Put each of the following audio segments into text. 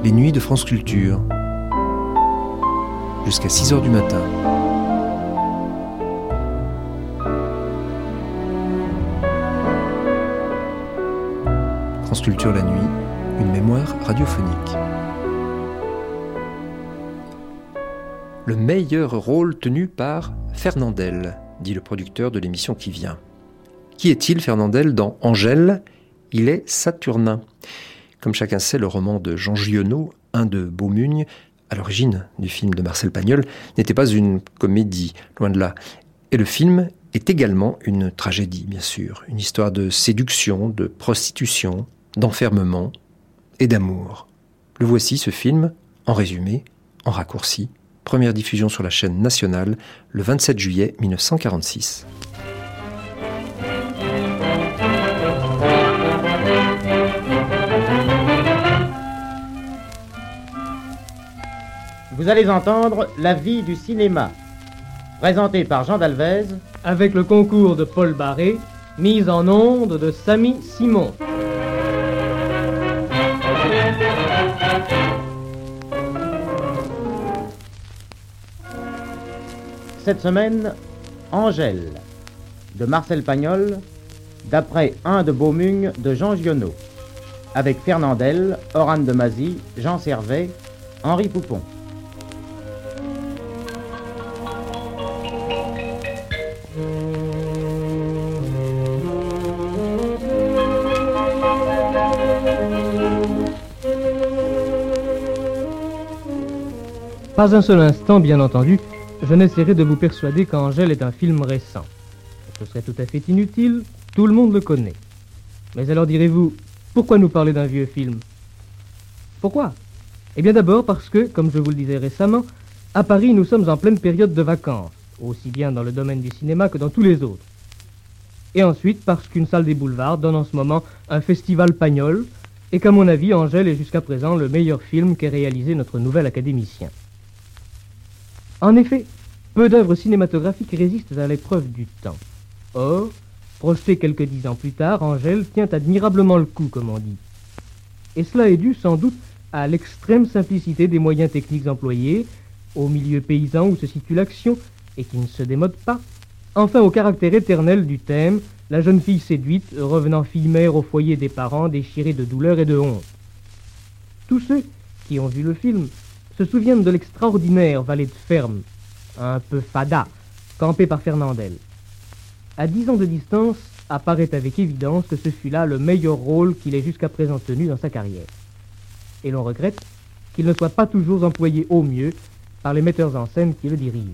Les nuits de France Culture. Jusqu'à 6h du matin. France Culture la nuit, une mémoire radiophonique. Le meilleur rôle tenu par Fernandel, dit le producteur de l'émission qui vient. Qui est-il, Fernandel? Dans Angèle, il est Saturnin. Comme chacun sait, le roman de Jean Giono, Un de Beaumugne, à l'origine du film de Marcel Pagnol, n'était pas une comédie, loin de là. Et le film est également une tragédie, bien sûr. Une histoire de séduction, de prostitution, d'enfermement et d'amour. Le voici, ce film, en résumé, en raccourci. Première diffusion sur la chaîne nationale, le 27 juillet 1946. Vous allez entendre La vie du cinéma, présenté par Jean Dalvez, avec le concours de Paul Barré, mise en onde de Samy Simon. Cette semaine, Angèle, de Marcel Pagnol, d'après Un de Beaumugne de Jean Giono, avec Fernandel, Orane de Mazy, Jean Servet, Henri Poupon. Pas un seul instant, bien entendu, je n'essaierai de vous persuader qu'Angèle est un film récent. Ce serait tout à fait inutile, tout le monde le connaît. Mais alors direz-vous, pourquoi nous parler d'un vieux film? Pourquoi? Eh bien d'abord parce que, comme je vous le disais récemment, à Paris nous sommes en pleine période de vacances, aussi bien dans le domaine du cinéma que dans tous les autres. Et ensuite parce qu'une salle des boulevards donne en ce moment un festival Pagnol, et qu'à mon avis, Angèle est jusqu'à présent le meilleur film qu'ait réalisé notre nouvel académicien. En effet, peu d'œuvres cinématographiques résistent à l'épreuve du temps. Or, projetée quelques 10 ans plus tard, Angèle tient admirablement le coup, comme on dit. Et cela est dû sans doute à l'extrême simplicité des moyens techniques employés, au milieu paysan où se situe l'action, et qui ne se démode pas, enfin au caractère éternel du thème, la jeune fille séduite, revenant fille-mère au foyer des parents, déchirée de douleur et de honte. Tous ceux qui ont vu le film se souviennent de l'extraordinaire valet de ferme, un peu fada, campé par Fernandel. À 10 ans de distance, apparaît avec évidence que ce fut là le meilleur rôle qu'il ait jusqu'à présent tenu dans sa carrière. Et l'on regrette qu'il ne soit pas toujours employé au mieux par les metteurs en scène qui le dirigent.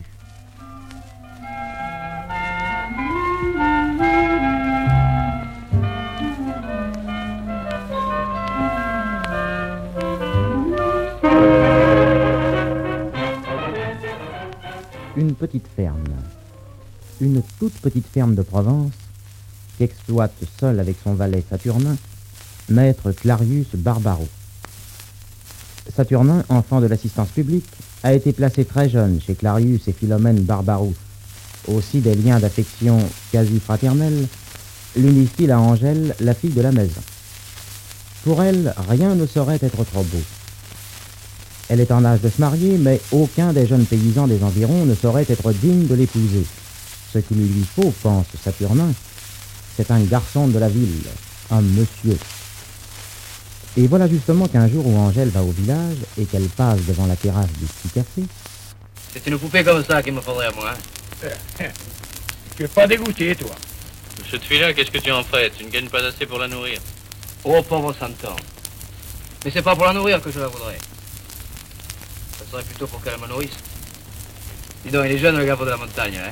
Une petite ferme, une toute petite ferme de Provence qu'exploite seul avec son valet Saturnin, maître Clarius Barbaro. Saturnin, enfant de l'assistance publique, a été placé très jeune chez Clarius et Philomène Barbaro. Aussi des liens d'affection quasi fraternels l'unifient à Angèle, la fille de la maison. Pour elle, rien ne saurait être trop beau. Elle est en âge de se marier, mais aucun des jeunes paysans des environs ne saurait être digne de l'épouser. Ce qu'il lui faut, pense Saturnin, c'est un garçon de la ville, un monsieur. Et voilà justement qu'un jour où Angèle va au village et qu'elle passe devant la terrasse du petit café... C'est une poupée comme ça qu'il me faudrait à moi, hein. Tu es pas dégoûté, toi? Cette fille-là, qu'est-ce que tu en ferais? Tu ne gagnes pas assez pour la nourrir. Oh, pauvre Santon. Mais c'est pas pour la nourrir que je la voudrais. Ça serait plutôt pour qu'elle me nourrisse. Dis donc, il est jeune, le gaveau de la montagne, hein.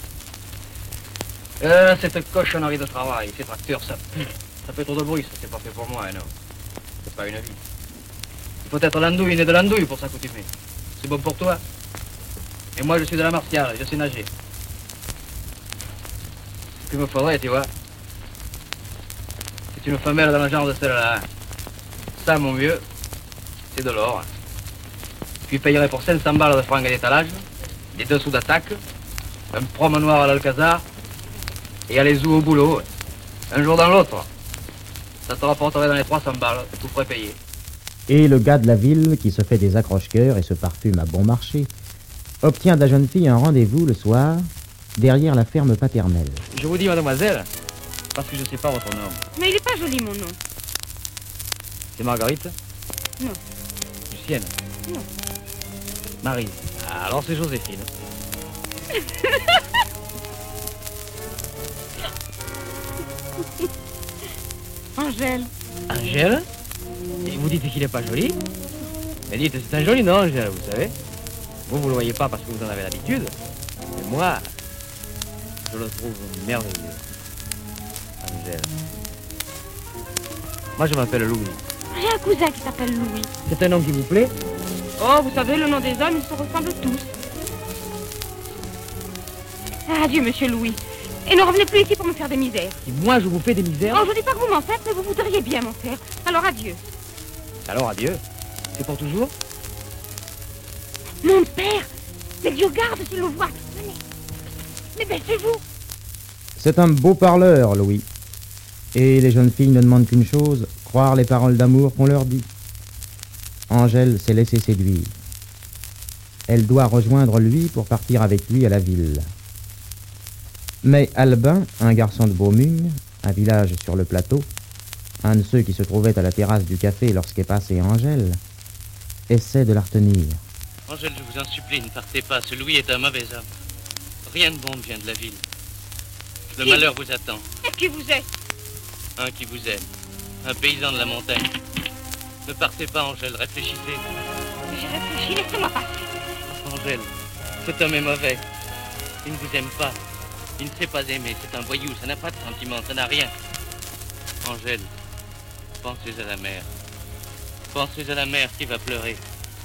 Cette cochonnerie de travail, ces tracteurs, ça pue. Ça fait trop de bruit, ça c'est pas fait pour moi, hein, non. C'est pas une vie. Il faut être l'andouille, né de l'andouille pour s'accoutumer. C'est bon pour toi. Et moi, je suis de la martiale, je sais nager. Ce qu'il me faudrait, tu vois, c'est une femelle dans le genre de celle-là. Ça, mon vieux, c'est de l'or. Puis payerais pour 500 balles de fringues d'étalage, des dessous d'attaque, un promenoir à l'Alcazar, et aller zou au boulot, un jour dans l'autre. Ça te rapporterait dans les 300 balles, tout frais payé. Et le gars de la ville, qui se fait des accroche-cœurs et se parfume à bon marché, obtient de la jeune fille un rendez-vous le soir, derrière la ferme paternelle. Je vous dis mademoiselle, parce que je ne sais pas votre nom. Mais il est pas joli, mon nom. C'est Marguerite? Non. Lucienne? Non. Marie? Alors c'est Joséphine. Angèle. Angèle? Et vous dites qu'il n'est pas joli? Mais dites, c'est un joli nom, Angèle, vous savez. Vous le voyez pas parce que vous en avez l'habitude. Mais moi, je le trouve merveilleux. Angèle. Moi, je m'appelle Louis. J'ai un cousin qui s'appelle Louis. C'est un nom qui vous plaît? Oh, vous savez, le nom des hommes, ils se ressemblent tous. Adieu, monsieur Louis. Et ne revenez plus ici pour me faire des misères. Si moi, je vous fais des misères? Oh, je dis pas que vous m'en faites, mais vous voudriez bien m'en faire. Alors adieu. Alors, adieu. C'est pour toujours? Mon père! Mais Dieu garde s'il le voit. Venez. Mais baissez-vous. C'est un beau parleur, Louis. Et les jeunes filles ne demandent qu'une chose, croire les paroles d'amour qu'on leur dit. Angèle s'est laissée séduire. Elle doit rejoindre lui pour partir avec lui à la ville. Mais Albin, un garçon de Beaumune, un village sur le plateau, un de ceux qui se trouvaient à la terrasse du café lorsqu'est passée Angèle, essaie de la retenir. Angèle, je vous en supplie, ne partez pas. Ce Louis est un mauvais homme. Rien de bon ne vient de la ville. Le malheur vous attend. Et qui vous êtes? Un qui vous aime. Un paysan de la montagne. Ne partez pas, Angèle, réfléchissez. J'ai réfléchi, laissez-moi passer. Angèle, cet homme est mauvais. Il ne vous aime pas. Il ne sait pas aimer. C'est un voyou. Ça n'a pas de sentiment. Ça n'a rien. Angèle, pensez à la mère. Pensez à la mère qui va pleurer.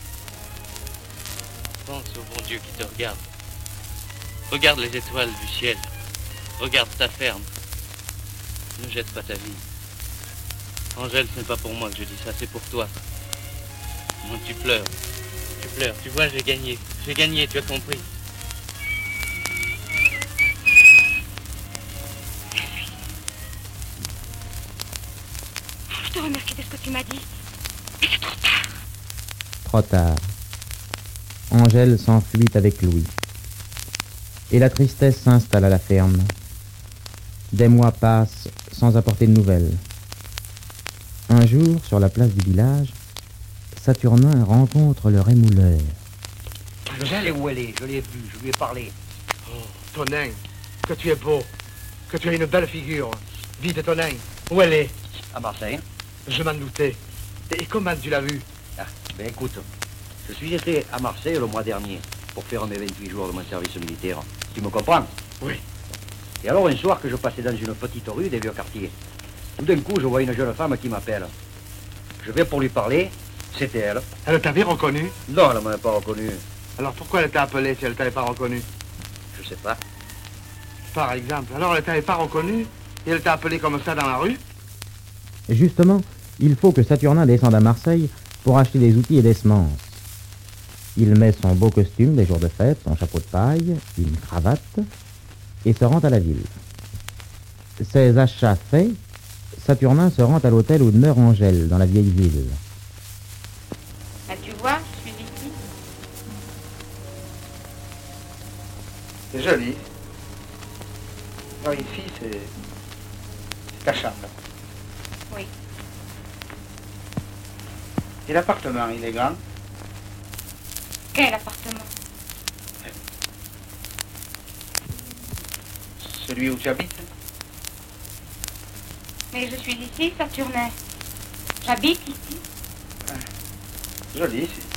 Pense au bon Dieu qui te regarde. Regarde les étoiles du ciel. Regarde ta ferme. Ne jette pas ta vie. Angèle, ce n'est pas pour moi que je dis ça, c'est pour toi. Moi, tu pleures. Tu pleures. Tu vois, j'ai gagné. J'ai gagné, tu as compris. Je te remercie de ce que tu m'as dit. Mais c'est trop tard. Trop tard. Angèle s'enfuit avec Louis. Et la tristesse s'installe à la ferme. Des mois passent sans apporter de nouvelles. Un jour, sur la place du village, Saturnin rencontre le rémouleur. Je sais où elle est, je l'ai vue, je lui ai parlé. Oh, Tonin, que tu es beau, que tu as une belle figure. Vite, Tonin, où elle est? À Marseille. Je m'en doutais. Et comment tu l'as vue? Ah, ben écoute, je suis été à Marseille le mois dernier pour faire mes 28 jours de mon service militaire. Tu me comprends? Oui. Et alors un soir que je passais dans une petite rue des vieux quartiers, tout d'un coup je vois une jeune femme qui m'appelle. Je vais pour lui parler, c'était elle. Elle t'avait reconnu? Non, elle ne m'a pas reconnu. Alors pourquoi elle t'a appelé si elle t'avait pas reconnu? Je sais pas. Par exemple, alors elle t'avait pas reconnu et elle t'a appelé comme ça dans la rue? Justement, il faut que Saturnin descende à Marseille pour acheter des outils et des semences. Il met son beau costume des jours de fête, son chapeau de paille, une cravate, et se rend à la ville. Ses achats faits, Saturnin se rend à l'hôtel où demeure Angèle, dans la vieille ville. Ah, tu vois, je suis ici. C'est joli. Alors ici, c'est ta chambre. Oui. Et l'appartement, il est grand? Quel appartement? Celui où tu habites? Mais je suis ici, Saturnin. J'habite ici. Joli ici.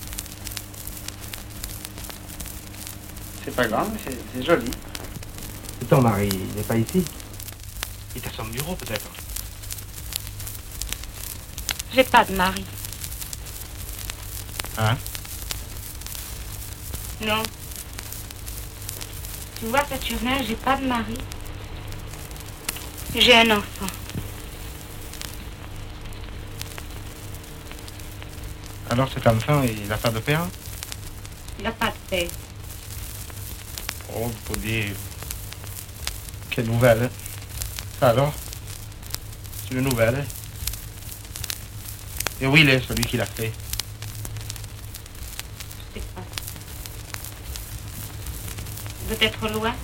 C'est pas grand, mais c'est joli. Ton mari, il n'est pas ici? Il est à son bureau, peut-être? J'ai pas de mari. Hein? Non. Tu vois, Saturnin, j'ai pas de mari. J'ai un enfant. Alors cet enfant, il n'a pas de père? Il n'a pas de père. Oh, pour dire... Quelle nouvelle, hein? Ça alors? C'est une nouvelle, hein? Et où il est, celui qui l'a fait? Je sais pas. Peut-être loin.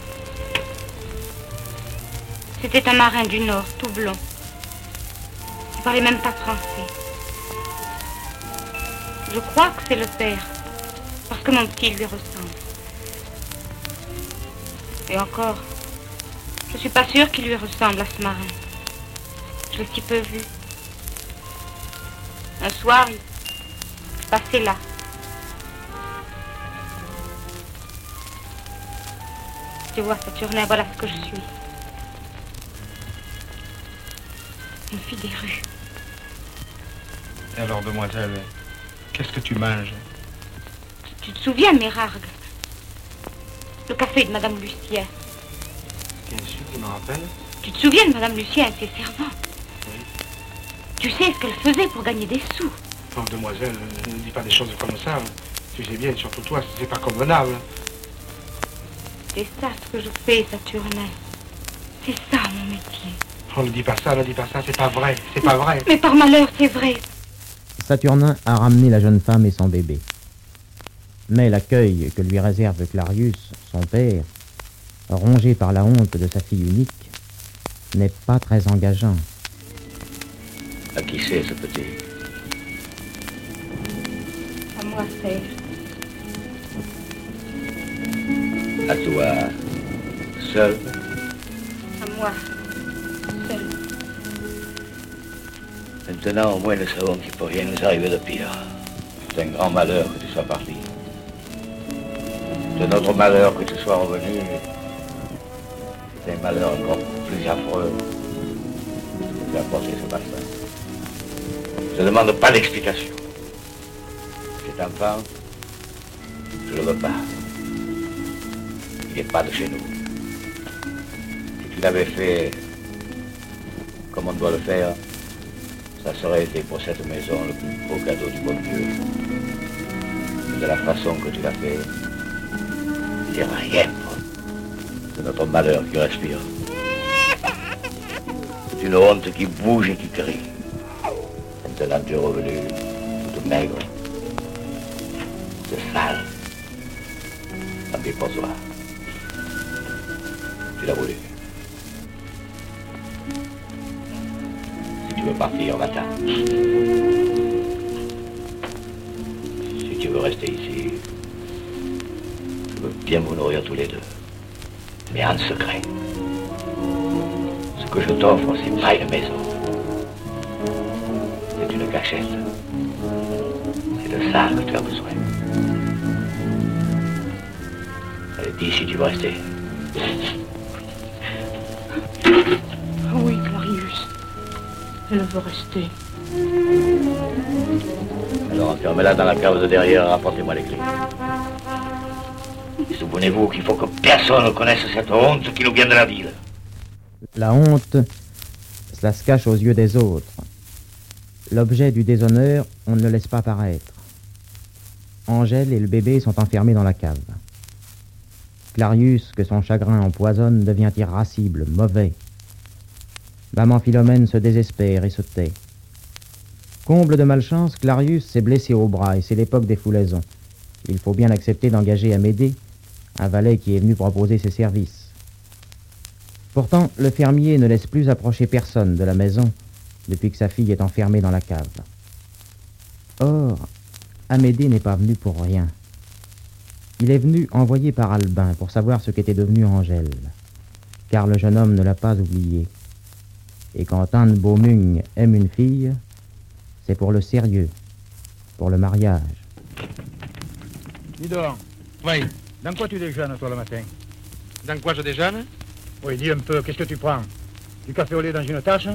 C'était un marin du Nord, tout blond. Il parlait même pas français. Je crois que c'est le père, parce que mon petit lui ressemble. Et encore, je suis pas sûre qu'il lui ressemble à ce marin. Je l'ai si peu vu. Un soir, il passait là. Tu vois, Saturnin, voilà ce que je suis. Une fille des rues. Et alors, demoiselle, qu'est-ce que tu manges? Tu te souviens, Mérargue? Le café de Madame Lucien. Bien sûr, tu m'en rappelles. Tu te souviens de Madame Lucien et ses servantes? Oui. Tu sais ce qu'elle faisait pour gagner des sous? Non, demoiselle, ne dis pas des choses comme ça. Tu sais bien, surtout toi, c'est pas convenable. C'est ça ce que je fais, Saturnin. C'est ça mon métier. Oh, ne dis pas ça, c'est pas vrai, c'est pas vrai. Mais par malheur, c'est vrai. Saturnin a ramené la jeune femme et son bébé. Mais l'accueil que lui réserve Clarius, son père, rongé par la honte de sa fille unique, n'est pas très engageant. À qui c'est, ce petit? À moi, Serge. À toi, seul? À moi, seul. Maintenant, au moins, nous savons qu'il ne peut rien nous arriver de pire. C'est un grand malheur que tu sois parti. C'est notre malheur que tu sois revenu. C'est un malheur encore plus affreux que tu as porté ce bassin. Je ne demande pas d'explication. Cet enfant, je ne le veux pas. Il n'est pas de chez nous. Si tu l'avais fait comme on doit le faire, ça serait été pour cette maison le plus beau cadeau du bon Dieu. Mais de la façon que tu l'as fait, c'est rien de notre malheur qui respire. C'est une honte qui bouge et qui crie. Maintenant tu es revenu, toute maigre. C'est sale. Tant pis pour toi. Tu l'as voulu. Si tu veux partir, va-t'en. Si tu veux rester ici, je veux bien vous nourrir tous les deux. Mais en secret. Ce que je t'offre, c'est pas une maison. C'est une cachette. C'est de ça que tu as besoin. Allez, dis si tu veux rester. Ah oui, Clarius. Elle veut rester. Alors enfermez-la dans la cave de derrière et rapportez-moi les clés. Et souvenez-vous qu'il faut que personne ne connaisse cette honte qui nous vient de la ville. La honte, cela se cache aux yeux des autres. L'objet du déshonneur, on ne le laisse pas paraître. Angèle et le bébé sont enfermés dans la cave. Clarius, que son chagrin empoisonne, devient irascible, mauvais. Maman Philomène se désespère et se tait. Comble de malchance, Clarius s'est blessé au bras et c'est l'époque des foulaisons. Il faut bien accepter d'engager Amédée, un valet qui est venu proposer ses services. Pourtant, le fermier ne laisse plus approcher personne de la maison depuis que sa fille est enfermée dans la cave. Or, Amédée n'est pas venu pour rien. Il est venu envoyé par Albin pour savoir ce qu'était devenu Angèle, car le jeune homme ne l'a pas oublié. Et quand Anne Beaumugne aime une fille, c'est pour le sérieux, pour le mariage. Dis donc. Oui. Dans quoi tu déjeunes, toi, le matin? Dans quoi je déjeune? Oui, dis un peu, qu'est-ce que tu prends? Du café au lait dans une tasse?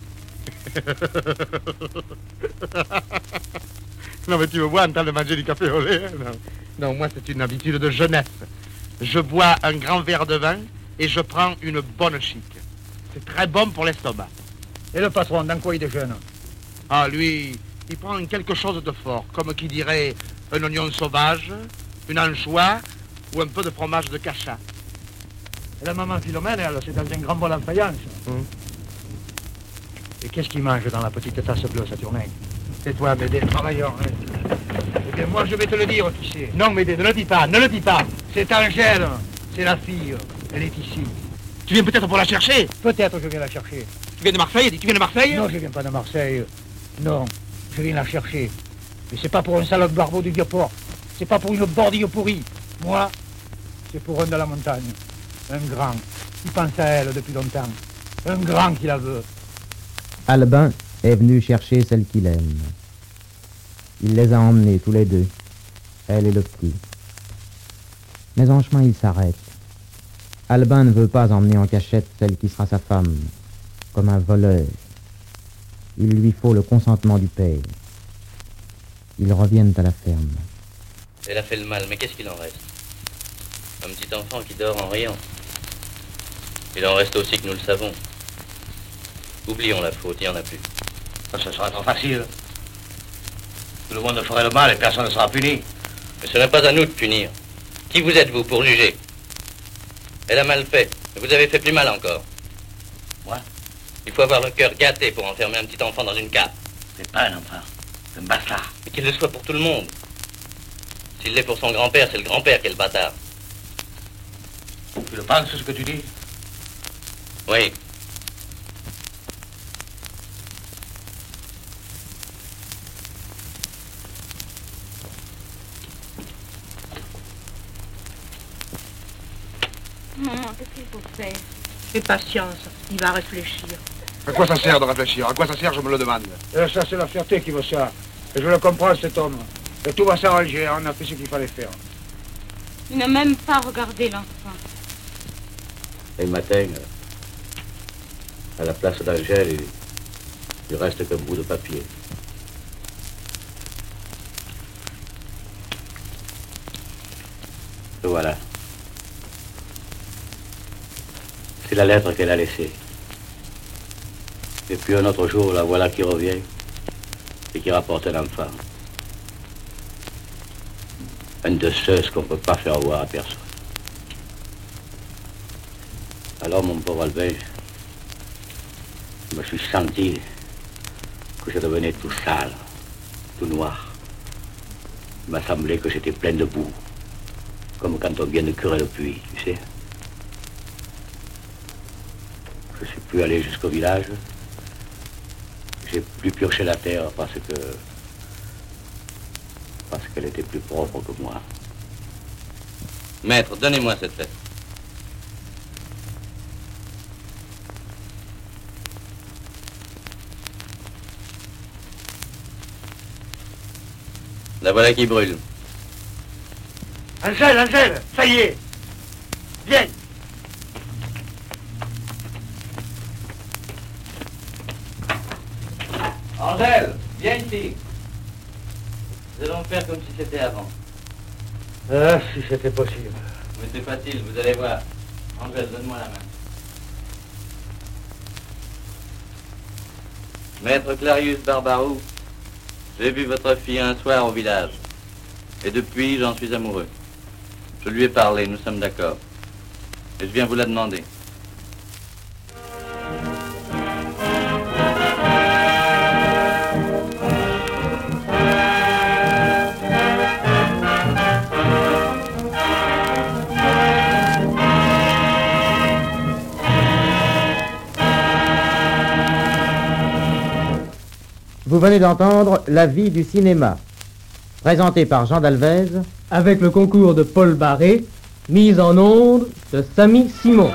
Non, mais tu me vois en train de manger du café au lait? Non, moi, c'est une habitude de jeunesse. Je bois un grand verre de vin et je prends une bonne chic. C'est très bon pour l'estomac. Et le patron, dans quoi il déjeune? Ah, lui, il prend quelque chose de fort, comme qui dirait un oignon sauvage, une anchois ou un peu de fromage de cachat. Et la maman Philomène, elle, c'est dans un grand bol en faïence. Et qu'est-ce qu'il mange dans la petite tasse bleue, Saturnin? Tais-toi, Médée, travailleur. Eh bien, moi, je vais te le dire, tu sais. Non, Médée, ne le dis pas, ne le dis pas. C'est Angèle, c'est la fille. Elle est ici. Tu viens peut-être pour la chercher? Peut-être que je viens la chercher. Tu viens de Marseille? Tu viens de Marseille? Non, je viens pas de Marseille. Non, je viens la chercher. Mais c'est pas pour un salope barbeau du Vieux-Port. C'est pas pour une bordille pourrie. Moi, c'est pour un de la montagne. Un grand. Il pense à elle depuis longtemps. Un grand qui la veut. Albin est venu chercher celle qu'il aime. Il les a emmenés tous les deux, elle et le petit. Mais en chemin, il s'arrête. Albin ne veut pas emmener en cachette celle qui sera sa femme, comme un voleur. Il lui faut le consentement du père. Ils reviennent à la ferme. Elle a fait le mal, mais qu'est-ce qu'il en reste? Un petit enfant qui dort en riant. Il en reste aussi que nous le savons. Oublions la faute, il n'y en a plus. Ça, ce sera trop facile. Tout le monde ferait le mal et personne ne sera puni. Mais ce n'est pas à nous de punir. Qui vous êtes-vous pour juger? Elle a mal fait, mais vous avez fait plus mal encore. Moi? Il faut avoir le cœur gâté pour enfermer un petit enfant dans une cave. C'est pas un enfant, c'est un bâtard. Mais qu'il le soit pour tout le monde. S'il l'est pour son grand-père, c'est le grand-père qui est le bâtard. Tu le penses, ce que tu dis? Oui. Maman, qu'est-ce qu'il faut faire? Fais patience, il va réfléchir. À quoi ça sert de réfléchir? À quoi ça sert, je me le demande? Ça, c'est la fierté qui veut ça. Et je le comprends, cet homme. Et tout va s'arranger, on a fait ce qu'il fallait faire. Il n'a même pas regardé l'enfant. Et le matin, à la place d'Angèle, il reste qu'un bout de papier. Et voilà. C'est la lettre qu'elle a laissée. Et puis un autre jour, la voilà qui revient et qui rapporte un enfant. Un de ceux qu'on ne peut pas faire voir à personne. Alors, mon pauvre Albin, je me suis senti que je devenais tout sale, tout noir. Il m'a semblé que j'étais plein de boue, comme quand on vient de curer le puits, tu sais. Je ne suis plus allé jusqu'au village. J'ai plus pioché la terre parce qu'elle était plus propre que moi. Maître, donnez-moi cette lettre. La voilà qui brûle. Angèle, Angèle, ça y est. Viens. Angèle, viens ici. Nous allons faire comme si c'était avant. Ah, si c'était possible. Mais c'est facile, vous allez voir. Angèle, donne-moi la main. Maître Clarius Barbaroux, j'ai vu votre fille un soir au village. Et depuis, j'en suis amoureux. Je lui ai parlé, nous sommes d'accord. Et je viens vous la demander. Vous venez d'entendre La vie du cinéma, présenté par Jean Dalvez, avec le concours de Paul Barré, mise en onde de Samy Simon.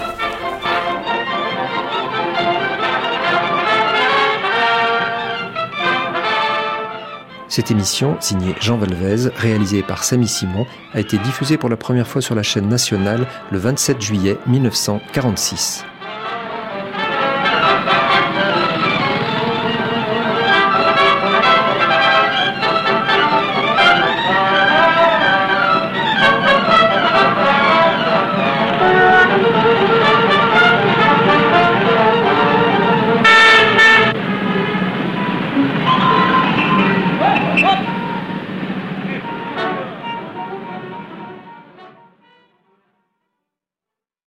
Cette émission, signée Jean Dalvez, réalisée par Samy Simon, a été diffusée pour la première fois sur la chaîne nationale le 27 juillet 1946.